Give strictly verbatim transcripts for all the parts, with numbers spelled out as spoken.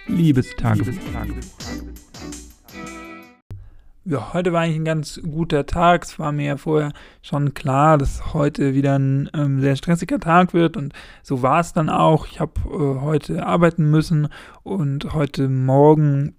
Liebestagebuch. Ja, heute war eigentlich ein ganz guter Tag. Es war mir ja vorher schon klar, dass heute wieder ein ähm, sehr stressiger Tag wird, und so war es dann auch. Ich habe äh, heute arbeiten müssen und heute Morgen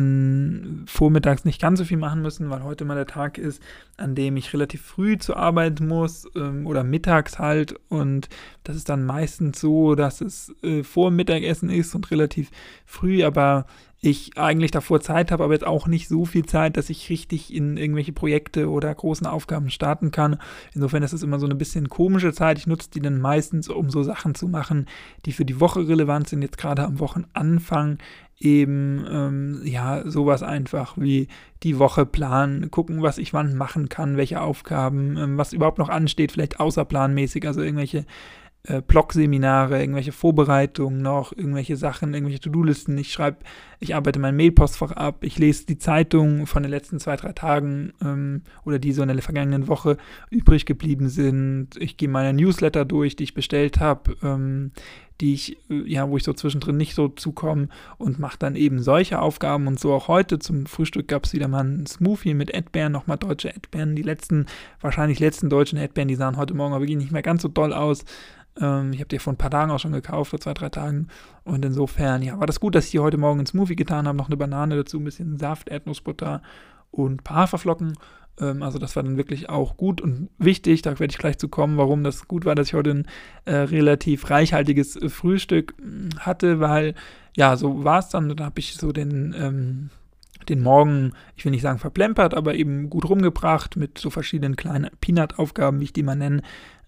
dann vormittags nicht ganz so viel machen müssen, weil heute mal der Tag ist, an dem ich relativ früh zur Arbeit muss ähm, oder mittags halt, und das ist dann meistens so, dass es äh, vor Mittagessen ist und relativ früh, aber ich eigentlich davor Zeit habe, aber jetzt auch nicht so viel Zeit, dass ich richtig in irgendwelche Projekte oder großen Aufgaben starten kann. Insofern ist es immer so eine bisschen komische Zeit. Ich nutze die dann meistens, um so Sachen zu machen, die für die Woche relevant sind. Jetzt gerade am Wochenanfang eben, ähm, ja, sowas einfach wie die Woche planen, gucken, was ich wann machen kann, welche Aufgaben, ähm, was überhaupt noch ansteht, vielleicht außerplanmäßig, also irgendwelche Äh, Blog-Seminare, irgendwelche Vorbereitungen noch, irgendwelche Sachen, irgendwelche To-Do-Listen. Ich schreibe, ich arbeite mein Mailpostfach ab, ich lese die Zeitung von den letzten zwei, drei Tagen ähm, oder die so in der vergangenen Woche übrig geblieben sind. Ich gehe meine Newsletter durch, die ich bestellt habe, ähm, die ich, äh, ja, wo ich so zwischendrin nicht so zukomme, und mache dann eben solche Aufgaben. Und so auch heute zum Frühstück gab es wieder mal einen Smoothie mit Erdbeeren, nochmal deutsche Erdbeeren. Die letzten, wahrscheinlich letzten deutschen Erdbeeren, die sahen heute Morgen aber wirklich nicht mehr ganz so doll aus. Ich habe die vor ein paar Tagen auch schon gekauft, vor zwei, drei Tagen. Und insofern, ja, war das gut, dass ich hier heute Morgen einen Smoothie getan habe. Noch eine Banane dazu, ein bisschen Saft, Erdnussbutter und ein paar Haferflocken. Also das war dann wirklich auch gut und wichtig. Da werde ich gleich zu kommen, warum das gut war, dass ich heute ein äh, relativ reichhaltiges äh, Frühstück hatte, weil, ja, so war es dann. Dann habe ich so den... Ähm, den Morgen, ich will nicht sagen verplempert, aber eben gut rumgebracht mit so verschiedenen kleinen Peanut-Aufgaben, wie ich die mal nenne,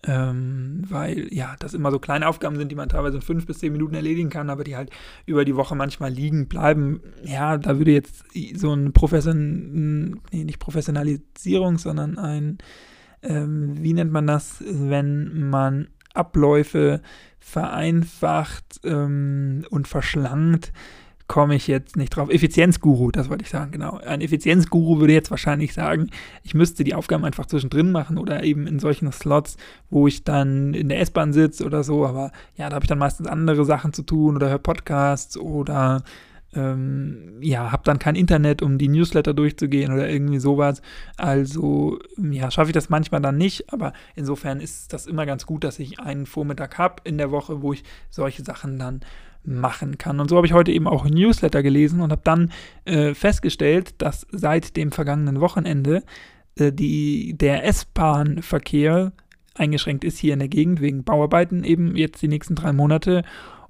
ähm, weil, ja, das immer so kleine Aufgaben sind, die man teilweise in fünf bis zehn Minuten erledigen kann, aber die halt über die Woche manchmal liegen bleiben. Ja, da würde jetzt so ein Profession, nee, nicht Professionalisierung, sondern ein, ähm, wie nennt man das, wenn man Abläufe vereinfacht ähm, und verschlankt, komme ich jetzt nicht drauf. Effizienzguru, das wollte ich sagen, genau. Ein Effizienzguru würde jetzt wahrscheinlich sagen, ich müsste die Aufgaben einfach zwischendrin machen oder eben in solchen Slots, wo ich dann in der S-Bahn sitze oder so, aber ja, da habe ich dann meistens andere Sachen zu tun oder höre Podcasts oder ähm, ja, habe dann kein Internet, um die Newsletter durchzugehen oder irgendwie sowas. Also, ja, schaffe ich das manchmal dann nicht, aber insofern ist das immer ganz gut, dass ich einen Vormittag habe in der Woche, wo ich solche Sachen dann machen kann. Und so habe ich heute eben auch ein Newsletter gelesen und habe dann äh, festgestellt, dass seit dem vergangenen Wochenende äh, die, der S-Bahn-Verkehr eingeschränkt ist hier in der Gegend wegen Bauarbeiten eben jetzt die nächsten drei Monate,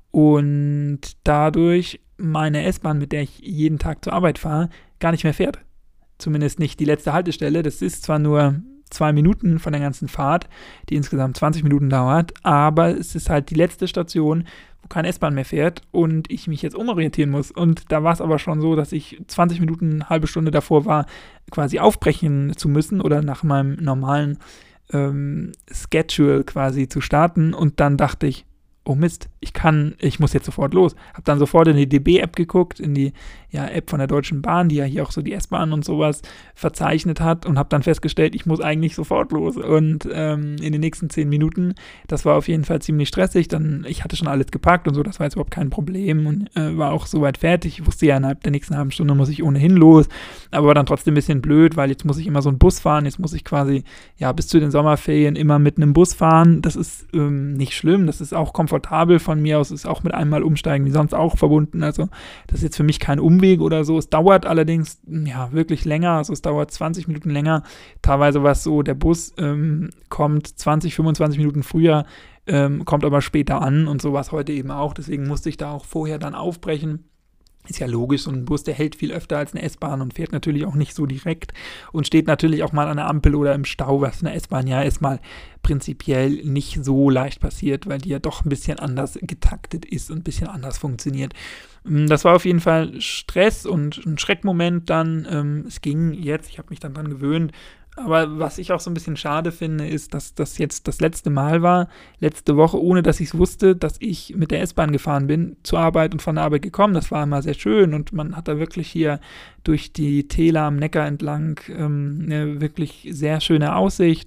und dadurch meine S-Bahn, mit der ich jeden Tag zur Arbeit fahre, gar nicht mehr fährt. Zumindest nicht die letzte Haltestelle. Das ist zwar nur zwei Minuten von der ganzen Fahrt, die insgesamt zwanzig Minuten dauert, aber es ist halt die letzte Station, wo keine S-Bahn mehr fährt und ich mich jetzt umorientieren muss. Und da war es aber schon so, dass ich zwanzig Minuten, eine halbe Stunde davor war, quasi aufbrechen zu müssen oder nach meinem normalen ähm, Schedule quasi zu starten, und dann dachte ich, oh Mist, ich kann, ich muss jetzt sofort los. Hab dann sofort in die D B-App geguckt, in die ja, App von der Deutschen Bahn, die ja hier auch so die S-Bahn und sowas verzeichnet hat, und habe dann festgestellt, ich muss eigentlich sofort los. Und ähm, in den nächsten zehn Minuten, das war auf jeden Fall ziemlich stressig. Dann, ich hatte schon alles gepackt und so, das war jetzt überhaupt kein Problem und äh, war auch soweit fertig. Ich wusste ja, innerhalb der nächsten halben Stunde muss ich ohnehin los, aber war dann trotzdem ein bisschen blöd, weil jetzt muss ich immer so einen Bus fahren. Jetzt muss ich quasi, ja, bis zu den Sommerferien immer mit einem Bus fahren. Das ist ähm, nicht schlimm, das ist auch komfortabel von mir aus, ist auch mit einmal umsteigen wie sonst auch verbunden. Also das ist jetzt für mich kein Umweg oder so. Es dauert allerdings, ja, wirklich länger. Also es dauert zwanzig Minuten länger. Teilweise war es so, der Bus ähm, kommt zwanzig, fünfundzwanzig Minuten früher, ähm, kommt aber später an, und so war es heute eben auch. Deswegen musste ich da auch vorher dann aufbrechen. Ist ja logisch, so ein Bus, der hält viel öfter als eine S-Bahn und fährt natürlich auch nicht so direkt und steht natürlich auch mal an der Ampel oder im Stau, was in der S-Bahn ja erstmal prinzipiell nicht so leicht passiert, weil die ja doch ein bisschen anders getaktet ist und ein bisschen anders funktioniert. Das war auf jeden Fall Stress und ein Schreckmoment dann. Ähm, es ging jetzt, ich habe mich dann dran gewöhnt. Aber was ich auch so ein bisschen schade finde, ist, dass das jetzt das letzte Mal war, letzte Woche, ohne dass ich es wusste, dass ich mit der S-Bahn gefahren bin, zur Arbeit und von der Arbeit gekommen. Das war immer sehr schön, und man hat da wirklich hier durch die Täler am Neckar entlang ähm, eine wirklich sehr schöne Aussicht.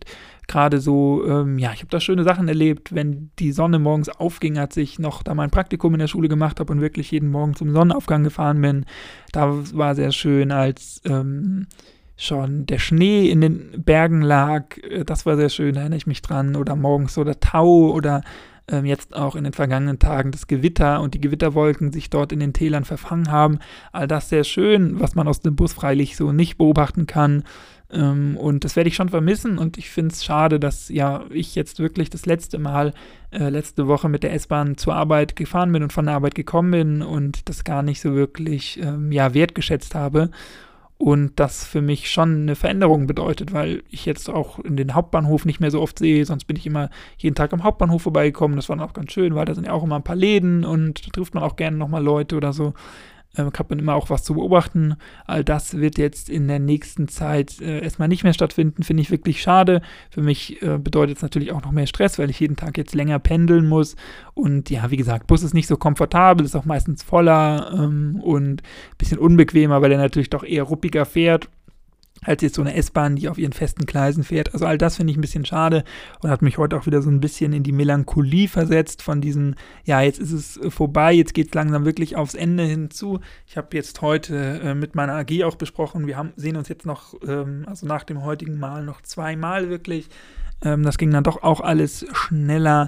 gerade so, ähm, ja, ich habe da schöne Sachen erlebt, wenn die Sonne morgens aufging, als ich noch da mein Praktikum in der Schule gemacht habe und wirklich jeden Morgen zum Sonnenaufgang gefahren bin. Da war sehr schön, als ähm, schon der Schnee in den Bergen lag. Das war sehr schön, da erinnere ich mich dran. Oder morgens so der Tau oder ähm, jetzt auch in den vergangenen Tagen das Gewitter und die Gewitterwolken sich dort in den Tälern verfangen haben. All das sehr schön, was man aus dem Bus freilich so nicht beobachten kann. Ähm, und das werde ich schon vermissen und ich finde es schade, dass ja ich jetzt wirklich das letzte Mal äh, letzte Woche mit der S-Bahn zur Arbeit gefahren bin und von der Arbeit gekommen bin und das gar nicht so wirklich ähm, ja, wertgeschätzt habe. Und das für mich schon eine Veränderung bedeutet, weil ich jetzt auch in den Hauptbahnhof nicht mehr so oft sehe. Sonst bin ich immer jeden Tag am Hauptbahnhof vorbeigekommen. Das war dann auch ganz schön, weil da sind ja auch immer ein paar Läden und da trifft man auch gerne nochmal Leute oder so. Ähm, hat man immer auch was zu beobachten. All das wird jetzt in der nächsten Zeit äh, erstmal nicht mehr stattfinden. Finde ich wirklich schade. Für mich äh, bedeutet es natürlich auch noch mehr Stress, weil ich jeden Tag jetzt länger pendeln muss. Und ja, wie gesagt, Bus ist nicht so komfortabel, ist auch meistens voller ähm, und ein bisschen unbequemer, weil er natürlich doch eher ruppiger fährt als jetzt so eine S-Bahn, die auf ihren festen Gleisen fährt. Also all das finde ich ein bisschen schade und hat mich heute auch wieder so ein bisschen in die Melancholie versetzt von diesem, ja, jetzt ist es vorbei, jetzt geht es langsam wirklich aufs Ende hinzu. Ich habe jetzt heute äh, mit meiner A G auch besprochen, wir haben, sehen uns jetzt noch, ähm, also nach dem heutigen Mal noch zweimal wirklich. Ähm, das ging dann doch auch alles schneller,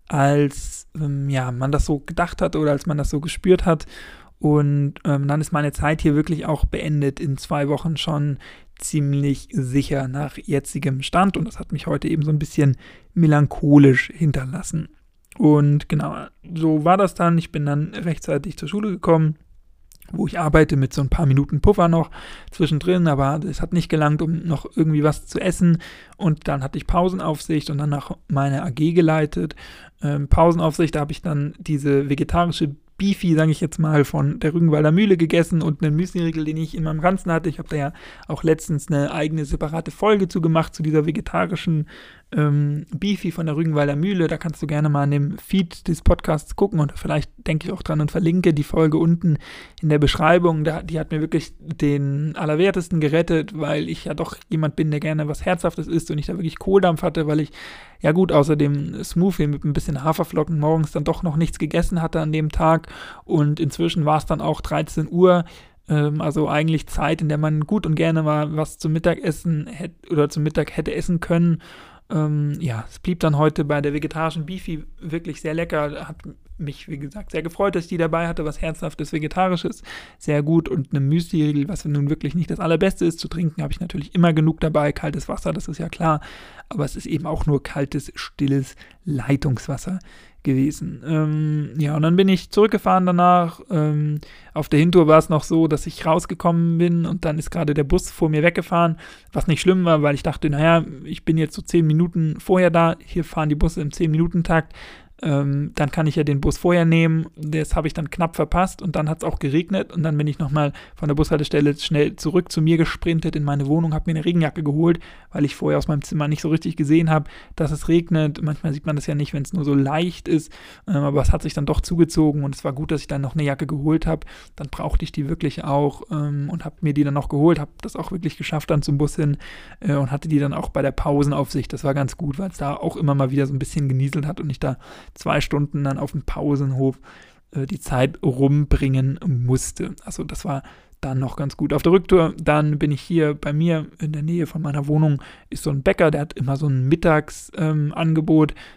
als ähm, ja, man das so gedacht hat oder als man das so gespürt hat. Und ähm, dann ist meine Zeit hier wirklich auch beendet, in zwei Wochen schon ziemlich sicher nach jetzigem Stand. Und das hat mich heute eben so ein bisschen melancholisch hinterlassen. Und genau, so war das dann. Ich bin dann rechtzeitig zur Schule gekommen, wo ich arbeite mit so ein paar Minuten Puffer noch zwischendrin, aber es hat nicht gelangt, um noch irgendwie was zu essen. Und dann hatte ich Pausenaufsicht und danach meine A G geleitet. Ähm, Pausenaufsicht, da habe ich dann diese vegetarische Beefy, sage ich jetzt mal, von der Rügenwalder Mühle gegessen und einen Müsliriegel, den ich in meinem Ranzen hatte. Ich habe da ja auch letztens eine eigene separate Folge zu gemacht, zu dieser vegetarischen ähm, Beefy von der Rügenwalder Mühle. Da kannst du gerne mal in dem Feed des Podcasts gucken und vielleicht denke ich auch dran und verlinke die Folge unten in der Beschreibung. Da, die hat mir wirklich den Allerwertesten gerettet, weil ich ja doch jemand bin, der gerne was Herzhaftes isst und ich da wirklich Kohldampf hatte, weil ich, ja gut, außer dem Smoothie mit ein bisschen Haferflocken morgens dann doch noch nichts gegessen hatte an dem Tag und inzwischen war es dann auch dreizehn Uhr, ähm, also eigentlich Zeit, in der man gut und gerne mal was zum Mittagessen hätte oder zum Mittag hätte essen können. Ähm, ja, es blieb dann heute bei der vegetarischen Beefy wirklich sehr lecker, hat mich, wie gesagt, sehr gefreut, dass ich die dabei hatte, was Herzhaftes, Vegetarisches, sehr gut und eine Müsli-Riegel, was nun wirklich nicht das Allerbeste ist zu trinken, habe ich natürlich immer genug dabei, kaltes Wasser, das ist ja klar, aber es ist eben auch nur kaltes, stilles Leitungswasser gewesen. Ähm, ja, und dann bin ich zurückgefahren danach. Ähm, auf der Hintour war es noch so, dass ich rausgekommen bin und dann ist gerade der Bus vor mir weggefahren, was nicht schlimm war, weil ich dachte, naja, ich bin jetzt so zehn Minuten vorher da, hier fahren die Busse im zehn Minuten Takt. Ähm, dann kann ich ja den Bus vorher nehmen, das habe ich dann knapp verpasst und dann hat es auch geregnet und dann bin ich nochmal von der Bushaltestelle schnell zurück zu mir gesprintet in meine Wohnung, habe mir eine Regenjacke geholt, weil ich vorher aus meinem Zimmer nicht so richtig gesehen habe, dass es regnet. Manchmal sieht man das ja nicht, wenn es nur so leicht ist, ähm, aber es hat sich dann doch zugezogen und es war gut, dass ich dann noch eine Jacke geholt habe. Dann brauchte ich die wirklich auch ähm, und habe mir die dann noch geholt, habe das auch wirklich geschafft dann zum Bus hin äh, und hatte die dann auch bei der Pausenaufsicht. Das war ganz gut, weil es da auch immer mal wieder so ein bisschen genieselt hat und ich da zwei Stunden dann auf dem Pausenhof äh, die Zeit rumbringen musste. Also das war dann noch ganz gut. Auf der Rücktour, dann bin ich hier bei mir in der Nähe von meiner Wohnung, ist so ein Bäcker, der hat immer so ein Mittagsangebot ähm,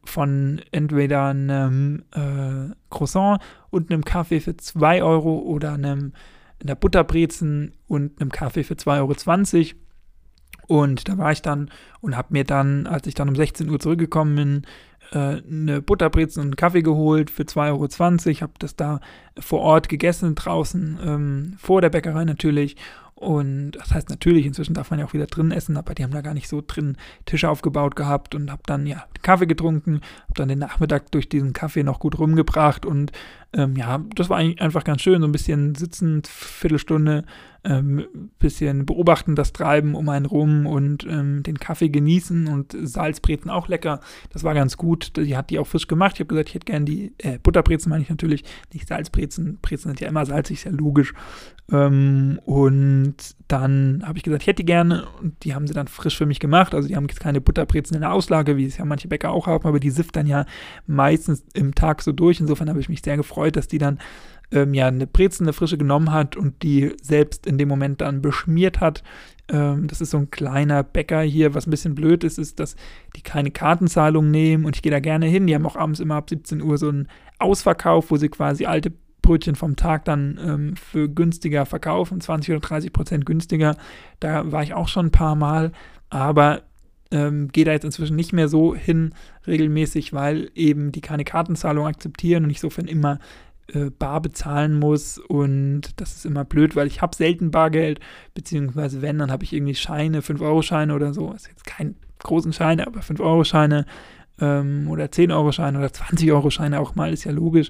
von entweder einem äh, Croissant und einem Kaffee für zwei Euro oder einem einer Butterbrezen und einem Kaffee für zwei Euro zwanzig. Und da war ich dann und habe mir dann, als ich dann um sechzehn Uhr zurückgekommen bin, eine Butterbrezen und einen Kaffee geholt für zwei Euro zwanzig, habe das da vor Ort gegessen, draußen, ähm, vor der Bäckerei natürlich. Und das heißt natürlich, inzwischen darf man ja auch wieder drin essen, aber die haben da gar nicht so drin Tische aufgebaut gehabt und habe dann ja Kaffee getrunken, habe dann den Nachmittag durch diesen Kaffee noch gut rumgebracht und Ähm, ja, das war eigentlich einfach ganz schön, so ein bisschen sitzend, Viertelstunde, ähm, bisschen beobachten, das Treiben um einen rum und ähm, den Kaffee genießen und Salzbrezen auch lecker. Das war ganz gut. Die hat die auch frisch gemacht. Ich habe gesagt, ich hätte gerne die äh, Butterbrezen, meine ich natürlich, nicht Salzbrezen. Brezen sind ja immer salzig, ist ja logisch. Ähm, und dann habe ich gesagt, ich hätte die gerne und die haben sie dann frisch für mich gemacht. Also die haben jetzt keine Butterbrezen in der Auslage, wie es ja manche Bäcker auch haben, aber die sifft dann ja meistens im Tag so durch. Insofern habe ich mich sehr gefreut, dass die dann ähm, ja eine Brezen, eine frische genommen hat und die selbst in dem Moment dann beschmiert hat. Ähm, das ist so ein kleiner Bäcker hier. Was ein bisschen blöd ist, ist, dass die keine Kartenzahlung nehmen und ich gehe da gerne hin. Die haben auch abends immer ab siebzehn Uhr so einen Ausverkauf, wo sie quasi alte Brötchen vom Tag dann ähm, für günstiger verkaufen, zwanzig oder dreißig Prozent günstiger. Da war ich auch schon ein paar Mal, aber ähm, gehe da jetzt inzwischen nicht mehr so hin regelmäßig, weil eben die keine Kartenzahlung akzeptieren und ich insofern immer äh, bar bezahlen muss und das ist immer blöd, weil ich habe selten Bargeld, beziehungsweise wenn, dann habe ich irgendwie Scheine, fünf Euro Scheine oder so, das ist jetzt kein großen Scheine, aber fünf Euro Scheine ähm, oder zehn Euro Scheine oder zwanzig Euro Scheine auch mal, ist ja logisch.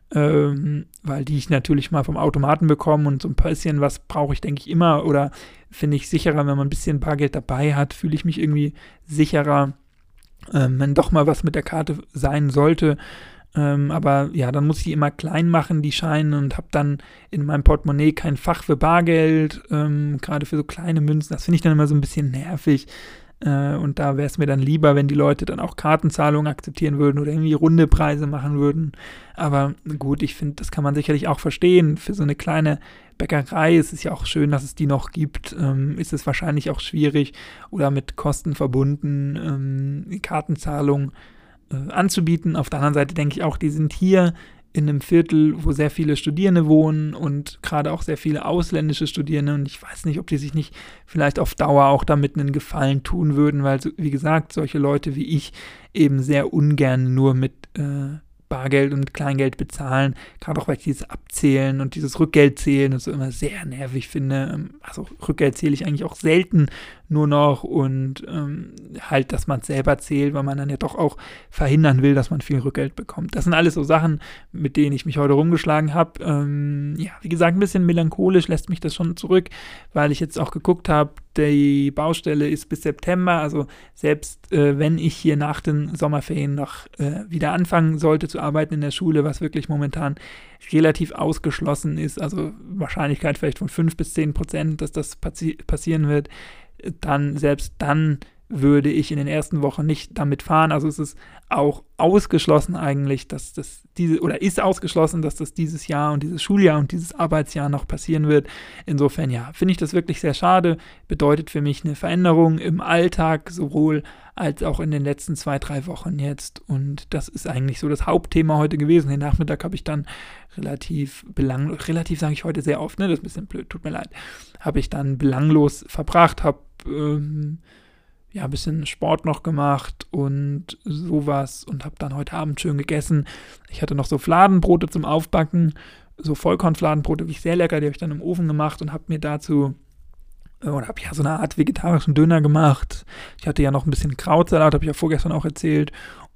Ähm, weil die ich natürlich mal vom Automaten bekomme und so ein bisschen was brauche ich, denke ich, immer oder finde ich sicherer, wenn man ein bisschen Bargeld dabei hat, fühle ich mich irgendwie sicherer, ähm, wenn doch mal was mit der Karte sein sollte. Ähm, aber ja, dann muss ich die immer klein machen, die Scheine, und habe dann in meinem Portemonnaie kein Fach für Bargeld, ähm, gerade für so kleine Münzen. Das finde ich dann immer so ein bisschen nervig. Äh, und da wäre es mir dann lieber, wenn die Leute dann auch Kartenzahlungen akzeptieren würden oder irgendwie runde Preise machen würden. Aber gut, ich finde, das kann man sicherlich auch verstehen. Für so eine kleine Bäckerei ist es ja auch schön, dass es die noch gibt. Ähm, ist es wahrscheinlich auch schwierig oder mit Kosten verbunden, ähm, Kartenzahlungen äh, anzubieten. Auf der anderen Seite denke ich auch, die sind hier in einem Viertel, wo sehr viele Studierende wohnen und gerade auch sehr viele ausländische Studierende, und ich weiß nicht, ob die sich nicht vielleicht auf Dauer auch damit einen Gefallen tun würden, weil, wie gesagt, solche Leute wie ich eben sehr ungern nur mit äh, Bargeld und Kleingeld bezahlen, gerade auch weil ich dieses Abzählen und dieses Rückgeld zählen und so immer sehr nervig finde. Also Rückgeld zähle ich eigentlich auch selten nur noch und ähm, halt, dass man es selber zählt, weil man dann ja doch auch verhindern will, dass man viel Rückgeld bekommt. Das sind alles so Sachen, mit denen ich mich heute rumgeschlagen habe. Ähm, ja, wie gesagt, ein bisschen melancholisch lässt mich das schon zurück, weil ich jetzt auch geguckt habe, die Baustelle ist bis September, also selbst äh, wenn ich hier nach den Sommerferien noch äh, wieder anfangen sollte zu arbeiten in der Schule, was wirklich momentan relativ ausgeschlossen ist, also Wahrscheinlichkeit vielleicht von fünf bis zehn Prozent, dass das passi- passieren wird, dann, selbst dann würde ich in den ersten Wochen nicht damit fahren. Also es ist auch ausgeschlossen eigentlich, dass das diese, oder ist ausgeschlossen, dass das dieses Jahr und dieses Schuljahr und dieses Arbeitsjahr noch passieren wird. Insofern, ja, finde ich das wirklich sehr schade. Bedeutet für mich eine Veränderung im Alltag, sowohl als auch in den letzten zwei, drei Wochen jetzt. Und das ist eigentlich so das Hauptthema heute gewesen. Den Nachmittag habe ich dann relativ belanglos, relativ sage ich heute sehr oft, ne, das ist ein bisschen blöd, tut mir leid, habe ich dann belanglos verbracht, habe ähm, ja, ein bisschen Sport noch gemacht und sowas und habe dann heute Abend schön gegessen. Ich hatte noch so Fladenbrote zum Aufbacken, so Vollkornfladenbrote, wirklich sehr lecker, die habe ich dann im Ofen gemacht und habe mir dazu, äh, oder habe ja so eine Art vegetarischen Döner gemacht. Ich hatte ja noch ein bisschen Krautsalat, habe ich ja vorgestern auch erzählt,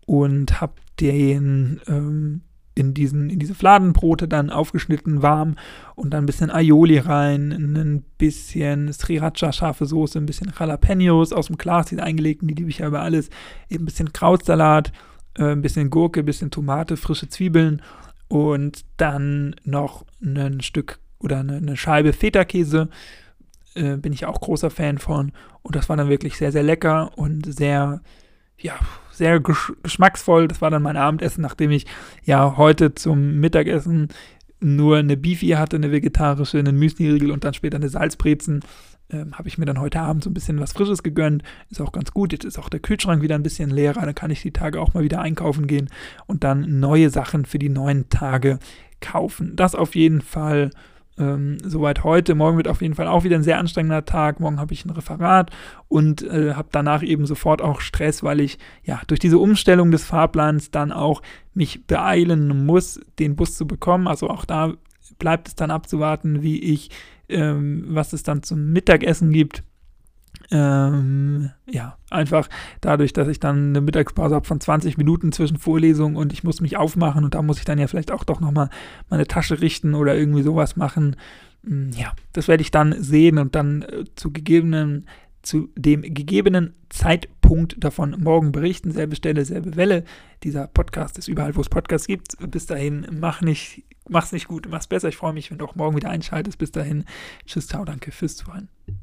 und habe den ähm, in, diesen, in diese Fladenbrote dann aufgeschnitten, warm, und dann ein bisschen Aioli rein, ein bisschen Sriracha, scharfe Soße, ein bisschen Jalapenos aus dem Glas, diese eingelegten, die liebe ich ja über alles, eben ein bisschen Krautsalat, äh, ein bisschen Gurke, ein bisschen Tomate, frische Zwiebeln und dann noch ein Stück oder eine, eine Scheibe Feta-Käse, äh, bin ich auch großer Fan von, und das war dann wirklich sehr, sehr lecker und sehr, ja, sehr gesch- geschmacksvoll. Das war dann mein Abendessen, nachdem ich ja heute zum Mittagessen nur eine Beefy hatte, eine vegetarische, einen Müsli-Riegel und dann später eine Salzbrezen. Ähm, habe ich mir dann heute Abend so ein bisschen was Frisches gegönnt. Ist auch ganz gut. Jetzt ist auch der Kühlschrank wieder ein bisschen leerer. Dann kann ich die Tage auch mal wieder einkaufen gehen und dann neue Sachen für die neuen Tage kaufen. Das auf jeden Fall ähm, soweit heute. Morgen wird auf jeden Fall auch wieder ein sehr anstrengender Tag. Morgen habe ich ein Referat und äh, habe danach eben sofort auch Stress, weil ich ja durch diese Umstellung des Fahrplans dann auch mich beeilen muss, den Bus zu bekommen. Also auch da bleibt es dann abzuwarten, wie ich, ähm, was es dann zum Mittagessen gibt. Ähm, ja, einfach dadurch, dass ich dann eine Mittagspause habe von zwanzig Minuten zwischen Vorlesungen und ich muss mich aufmachen und da muss ich dann ja vielleicht auch doch nochmal meine Tasche richten oder irgendwie sowas machen. Ja, das werde ich dann sehen und dann äh, zu gegebenen, zu dem gegebenen Zeitpunkt davon morgen berichten. Selbe Stelle, selbe Welle. Dieser Podcast ist überall, wo es Podcasts gibt. Bis dahin, mach nicht, mach's nicht gut, mach's besser. Ich freue mich, wenn du auch morgen wieder einschaltest. Bis dahin, tschüss, ciao, danke fürs Zuhören.